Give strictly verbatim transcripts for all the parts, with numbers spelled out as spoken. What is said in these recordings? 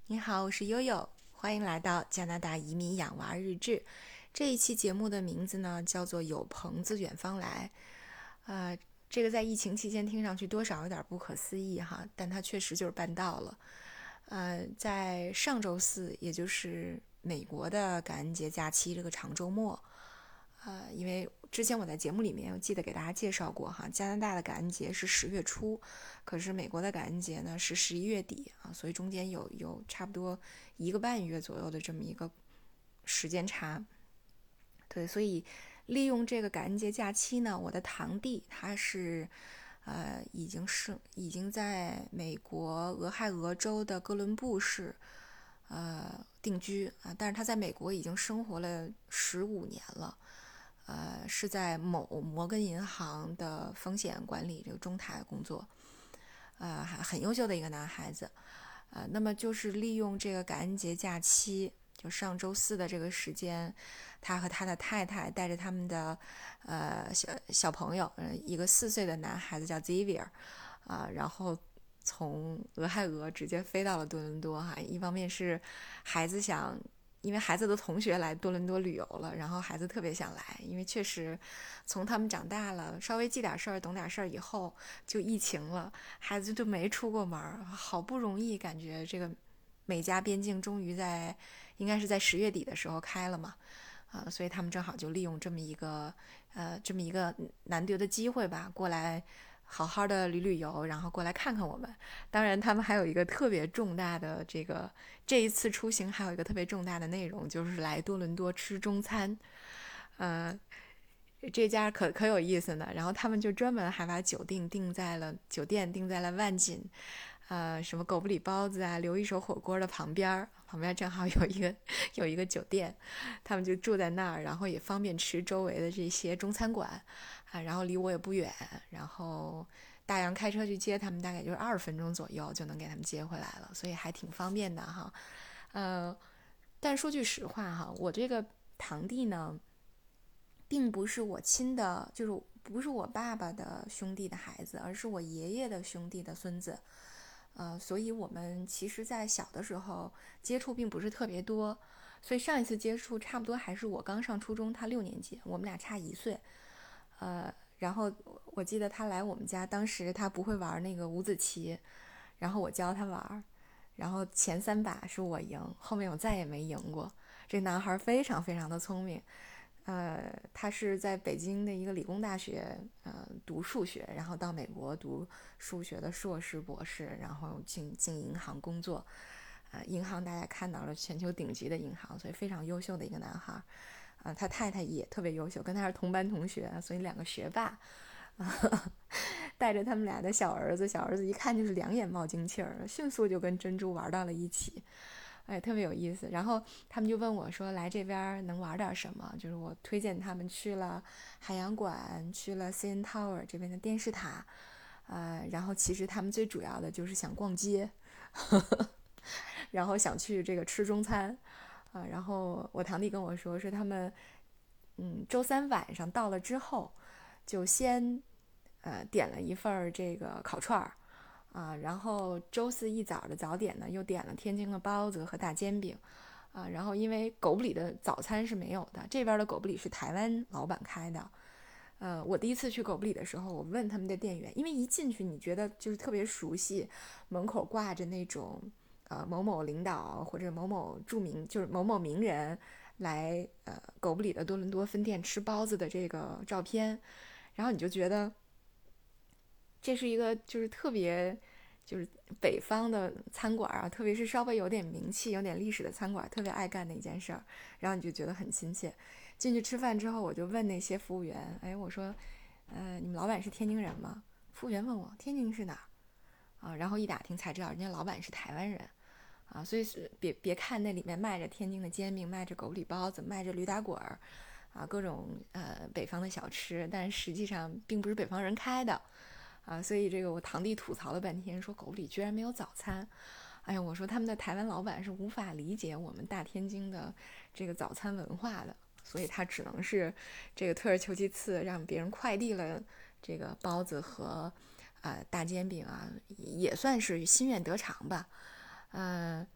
你好，我是悠悠，欢迎来到加拿大移民养娃日志。这一期节目的名字呢叫做《有朋自远方来》。呃，这个在疫情期间听上去多少有点不可思议哈，但它确实就是办到了。呃，在上周四，也就是美国的感恩节假期这个长周末，呃，因为之前我在节目里面我记得给大家介绍过哈，加拿大的感恩节是十月初，可是美国的感恩节呢是十一月底啊，所以中间有有差不多一个半月左右的这么一个时间差。对，所以利用这个感恩节假期呢，我的堂弟他是呃已经是已经在美国俄亥俄州的哥伦布市呃定居啊，但是他在美国已经生活了十五年了。呃，是在某摩根银行的风险管理这个中台工作，呃，很优秀的一个男孩子。呃，那么就是利用这个感恩节假期，就上周四的这个时间，他和他的太太带着他们的呃小小朋友，呃，一个四岁的男孩子叫 Xavier，啊、呃，然后从俄亥俄直接飞到了多伦多哈。一方面是孩子想因为孩子的同学来多伦多旅游了，然后孩子特别想来，因为确实从他们长大了，稍微记点事儿、懂点事儿以后，就疫情了，孩子就没出过门，好不容易感觉这个美加边境终于在，应该是在十月底的时候开了嘛，啊、呃，所以他们正好就利用这么一个呃这么一个难得的机会吧，过来好好的旅旅游，然后过来看看我们。当然，他们还有一个特别重大的这个这一次出行还有一个特别重大的内容，就是来多伦多吃中餐。呃，这家可可有意思呢。然后他们就专门还把酒店定在了酒店定在了万锦，呃，什么狗不理包子啊、刘一手火锅的旁边，旁边正好有一个有一个酒店，他们就住在那儿，然后也方便吃周围的这些中餐馆啊，然后离我也不远，然后大洋开车去接他们，大概就是二十分钟左右就能给他们接回来了，所以还挺方便的哈。呃，但说句实话哈，我这个堂弟呢，并不是我亲的，就是不是我爸爸的兄弟的孩子，而是我爷爷的兄弟的孙子。呃，所以我们其实在小的时候接触并不是特别多，所以上一次接触差不多还是我刚上初中，他六年级，我们俩差一岁。呃，然后我记得他来我们家，当时他不会玩那个五子棋，然后我教他玩，然后前三把是我赢，后面我再也没赢过。这男孩非常非常的聪明，呃，他是在北京的一个理工大学呃读数学，然后到美国读数学的硕士、博士，然后进进银行工作。呃，银行大家看到了全球顶级的银行，所以非常优秀的一个男孩。啊、呃，他太太也特别优秀，跟他是同班同学，所以两个学霸。带着他们俩的小儿子，小儿子一看就是两眼冒金气儿，迅速就跟珍珠玩到了一起。哎，特别有意思。然后他们就问我说：“来这边能玩点什么？”就是我推荐他们去了海洋馆，去了 C N Tower 这边的电视塔，呃，然后其实他们最主要的就是想逛街，呵呵，然后想去这个吃中餐，啊、呃，然后我堂弟跟我说，是他们，嗯，周三晚上到了之后，就先，呃，点了一份这个烤串儿。啊，然后周四一早的早点呢，又点了天津的包子和大煎饼，啊，然后因为狗不理的早餐是没有的，这边的狗不理是台湾老板开的，呃，我第一次去狗不理的时候，我问他们的店员，因为一进去你觉得就是特别熟悉，门口挂着那种呃某某领导或者某某著名就是某某名人来呃狗不理的多伦多分店吃包子的这个照片，然后你就觉得这是一个就是特别就是北方的餐馆啊，特别是稍微有点名气、有点历史的餐馆，特别爱干的一件事儿，然后你就觉得很亲切。进去吃饭之后，我就问那些服务员，哎，我说，呃，你们老板是天津人吗？服务员问我天津是哪儿啊？然后一打听才知道，人家老板是台湾人啊。所以是别别看那里面卖着天津的煎饼，卖着狗不理包子，卖着驴打滚儿，啊，各种呃北方的小吃，但实际上并不是北方人开的。啊，所以这个我堂弟吐槽了半天，说狗不理居然没有早餐。哎呀，我说他们的台湾老板是无法理解我们大天津的这个早餐文化的，所以他只能是这个退而求其次，让别人快递了这个包子和呃大煎饼啊，也算是心愿得偿吧。嗯、呃，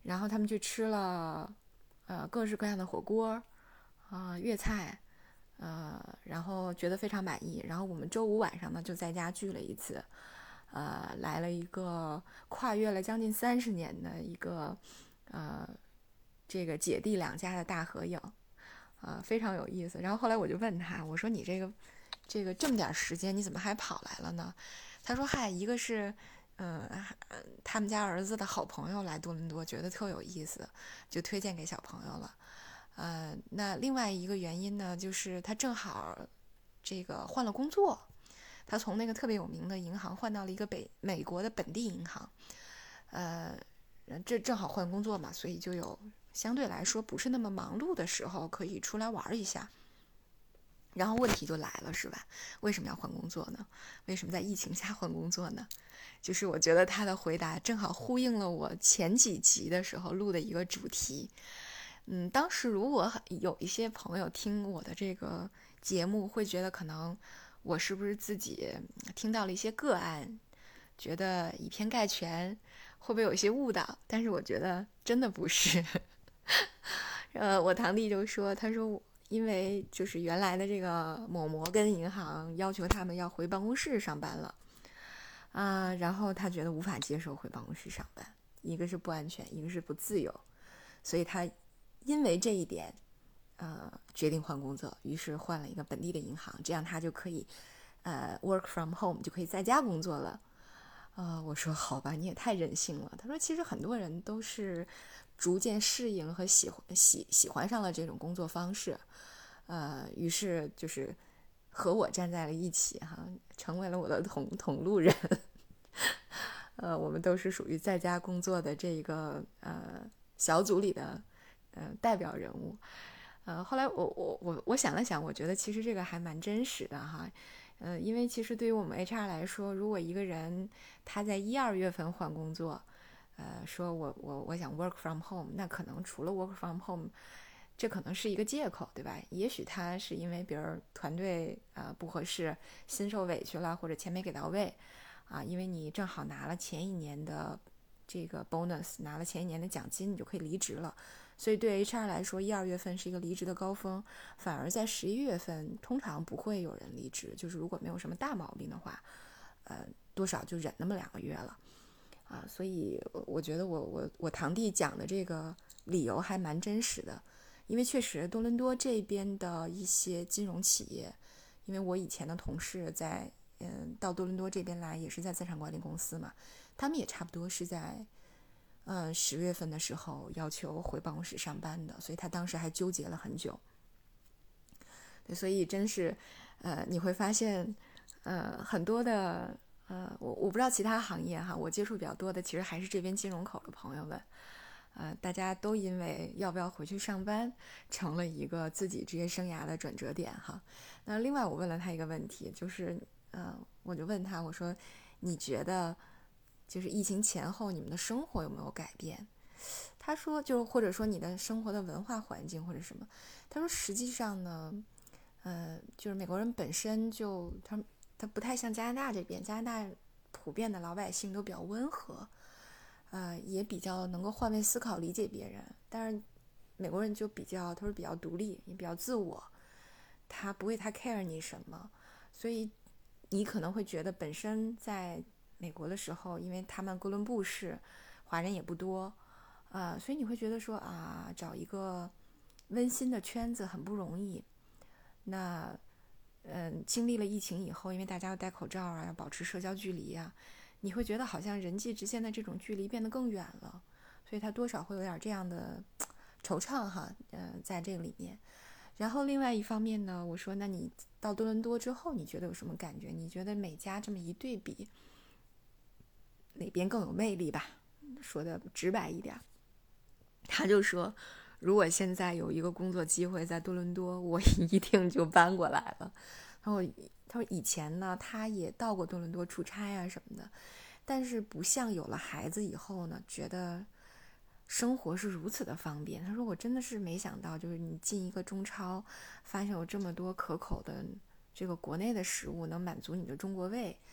然后他们去吃了呃各式各样的火锅啊、呃、粤菜，呃，然后觉得非常满意。然后我们周五晚上呢就在家聚了一次，呃，来了一个跨越了将近三十年的一个呃这个姐弟两家的大合影，啊、呃，非常有意思。然后后来我就问他，我说你这个这个这么点时间你怎么还跑来了呢？他说嗨，一个是嗯、呃，他们家儿子的好朋友来多伦多，觉得特有意思，就推荐给小朋友了。呃，那另外一个原因呢，就是他正好这个换了工作，他从那个特别有名的银行换到了一个北美国的本地银行，呃，这正好换工作嘛，所以就有相对来说不是那么忙碌的时候可以出来玩一下。然后问题就来了，是吧？为什么要换工作呢？为什么在疫情下换工作呢？就是我觉得他的回答正好呼应了我前几集的时候录的一个主题。嗯，当时如果有一些朋友听我的这个节目，会觉得可能我是不是自己听到了一些个案，觉得以偏概全，会不会有一些误导？但是我觉得真的不是。呃，我堂弟就说，他说因为就是原来的这个某摩根银行要求他们要回办公室上班了啊、呃，然后他觉得无法接受回办公室上班，一个是不安全，一个是不自由，所以他因为这一点，呃，决定换工作，于是换了一个本地的银行，这样他就可以，呃，work from home， 就可以在家工作了。呃，我说好吧，你也太任性了。他说其实很多人都是逐渐适应和喜欢喜喜欢上了这种工作方式，呃，于是就是和我站在了一起哈，成为了我的同同路人。呃，我们都是属于在家工作的这个呃小组里的呃代表人物。呃，后来我我我我想了想，我觉得其实这个还蛮真实的哈。呃，因为其实对于我们 H R 来说，如果一个人他在一二月份换工作，呃，说我我我想 work from home， 那可能除了 work from home， 这可能是一个借口，对吧？也许他是因为别人团队啊、呃、不合适，心受委屈了，或者钱没给到位啊，因为你正好拿了前一年的这个 bonus， 拿了前一年的奖金，你就可以离职了。所以对 H R 来说，一二月份是一个离职的高峰，反而在十一月份通常不会有人离职，就是如果没有什么大毛病的话，呃，多少就忍那么两个月了啊。所以我觉得我我我堂弟讲的这个理由还蛮真实的，因为确实多伦多这边的一些金融企业，因为我以前的同事在嗯到多伦多这边来也是在资产管理公司嘛，他们也差不多是在。嗯，十月份的时候要求回办公室上班的，所以他当时还纠结了很久。对，所以真是，呃，你会发现，呃，很多的，呃，我我不知道其他行业哈，我接触比较多的其实还是这边金融口的朋友们，呃，大家都因为要不要回去上班，成了一个自己职业生涯的转折点哈。那另外我问了他一个问题，就是，呃，我就问他，我说，你觉得？就是疫情前后你们的生活有没有改变？他说就或者说你的生活的文化环境或者什么，他说实际上呢，呃，就是美国人本身就他他不太像加拿大这边，加拿大普遍的老百姓都比较温和，呃，也比较能够换位思考理解别人，但是美国人就比较他说比较独立，也比较自我，他不会太 care 你什么，所以你可能会觉得本身在美国的时候，因为他们哥伦布市华人也不多，呃，所以你会觉得说啊，找一个温馨的圈子很不容易。那，嗯，经历了疫情以后，因为大家要戴口罩啊，要保持社交距离啊，你会觉得好像人际之间的这种距离变得更远了，所以他多少会有点这样的惆怅哈，嗯、呃，在这个里面。然后另外一方面呢，我说那你到多伦多之后，你觉得有什么感觉？你觉得美加这么一对比，哪边更有魅力吧？说的直白一点，他就说，如果现在有一个工作机会在多伦多，我一定就搬过来了。然后他说以前呢，他也到过多伦多出差啊什么的，但是不像有了孩子以后呢，觉得生活是如此的方便。他说我真的是没想到，就是你进一个中超，发现有这么多可口的这个国内的食物能满足你的中国胃。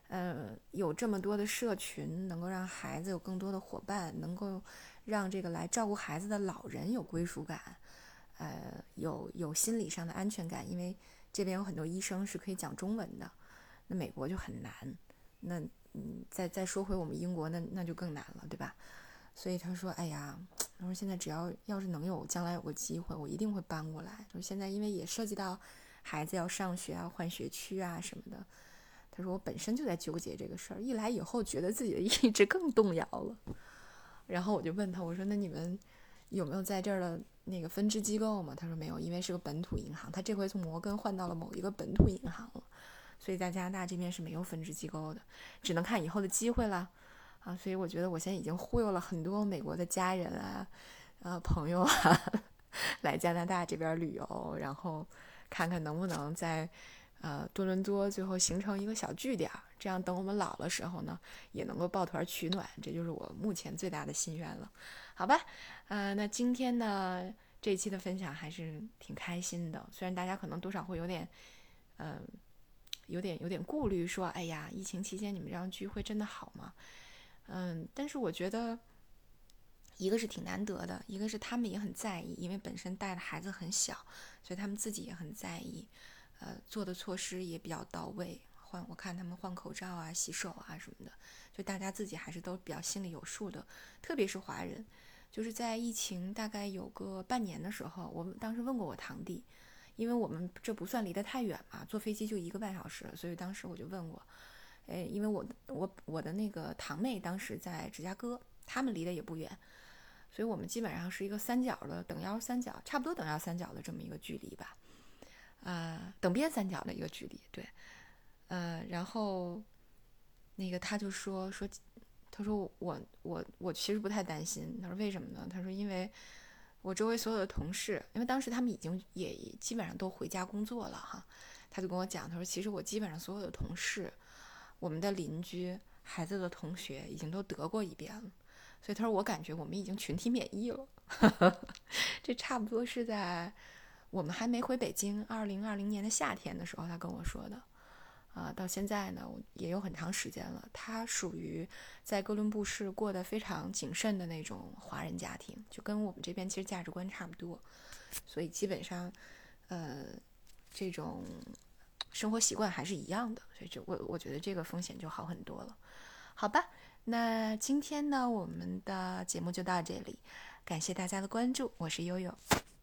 呃，有这么多的社群，能够让孩子有更多的伙伴，能够让这个来照顾孩子的老人有归属感，呃，有有心理上的安全感，因为这边有很多医生是可以讲中文的，那美国就很难。那嗯，再再说回我们英国，那那就更难了，对吧？所以他说，哎呀，他说现在只要要是能有将来有个机会，我一定会搬过来。就是现在因为也涉及到孩子要上学啊、换学区啊什么的。他说我本身就在纠结这个事儿，一来以后觉得自己的意志更动摇了。然后我就问他，我说那你们有没有在这儿的那个分支机构吗？他说没有，因为是个本土银行，他这回从摩根换到了某一个本土银行了，所以在加拿大这边是没有分支机构的，只能看以后的机会了。啊，所以我觉得我现在已经忽悠了很多美国的家人啊、呃朋友啊，来加拿大这边旅游，然后看看能不能在呃多伦多最后形成一个小据点，这样等我们老的时候呢，也能够抱团取暖，这就是我目前最大的心愿了。好吧，呃，那今天呢这一期的分享还是挺开心的，虽然大家可能多少会有点，嗯、呃，有点有点顾虑，说，哎呀，疫情期间你们这样聚会真的好吗？嗯，但是我觉得，一个是挺难得的，一个是他们也很在意，因为本身带的孩子很小，所以他们自己也很在意，呃，做的措施也比较到位。换我看他们换口罩啊、洗手啊什么的，就大家自己还是都比较心里有数的。特别是华人，就是在疫情大概有个半年的时候，我们当时问过我堂弟，因为我们这不算离得太远嘛，坐飞机就一个半小时，所以当时我就问过。诶，因为我我我的那个堂妹当时在芝加哥，他们离得也不远，所以我们基本上是一个三角的等腰三角，差不多等腰三角的这么一个距离吧，呃，等边三角的一个距离，对，呃，然后那个他就说说，他说我我我其实不太担心，他说为什么呢？他说因为我周围所有的同事，因为当时他们已经也基本上都回家工作了哈，他就跟我讲，他说其实我基本上所有的同事。我们的邻居、孩子的同学已经都得过一遍了，所以他说我感觉我们已经群体免疫了。这差不多是在我们还没回北京，二零二零年的夏天的时候，他跟我说的。啊、呃，到现在呢，也有很长时间了。他属于在哥伦布市过得非常谨慎的那种华人家庭，就跟我们这边其实价值观差不多，所以基本上，呃，这种生活习惯还是一样的，所以就我我觉得这个风险就好很多了，好吧？那今天呢，我们的节目就到这里，感谢大家的关注，我是悠悠。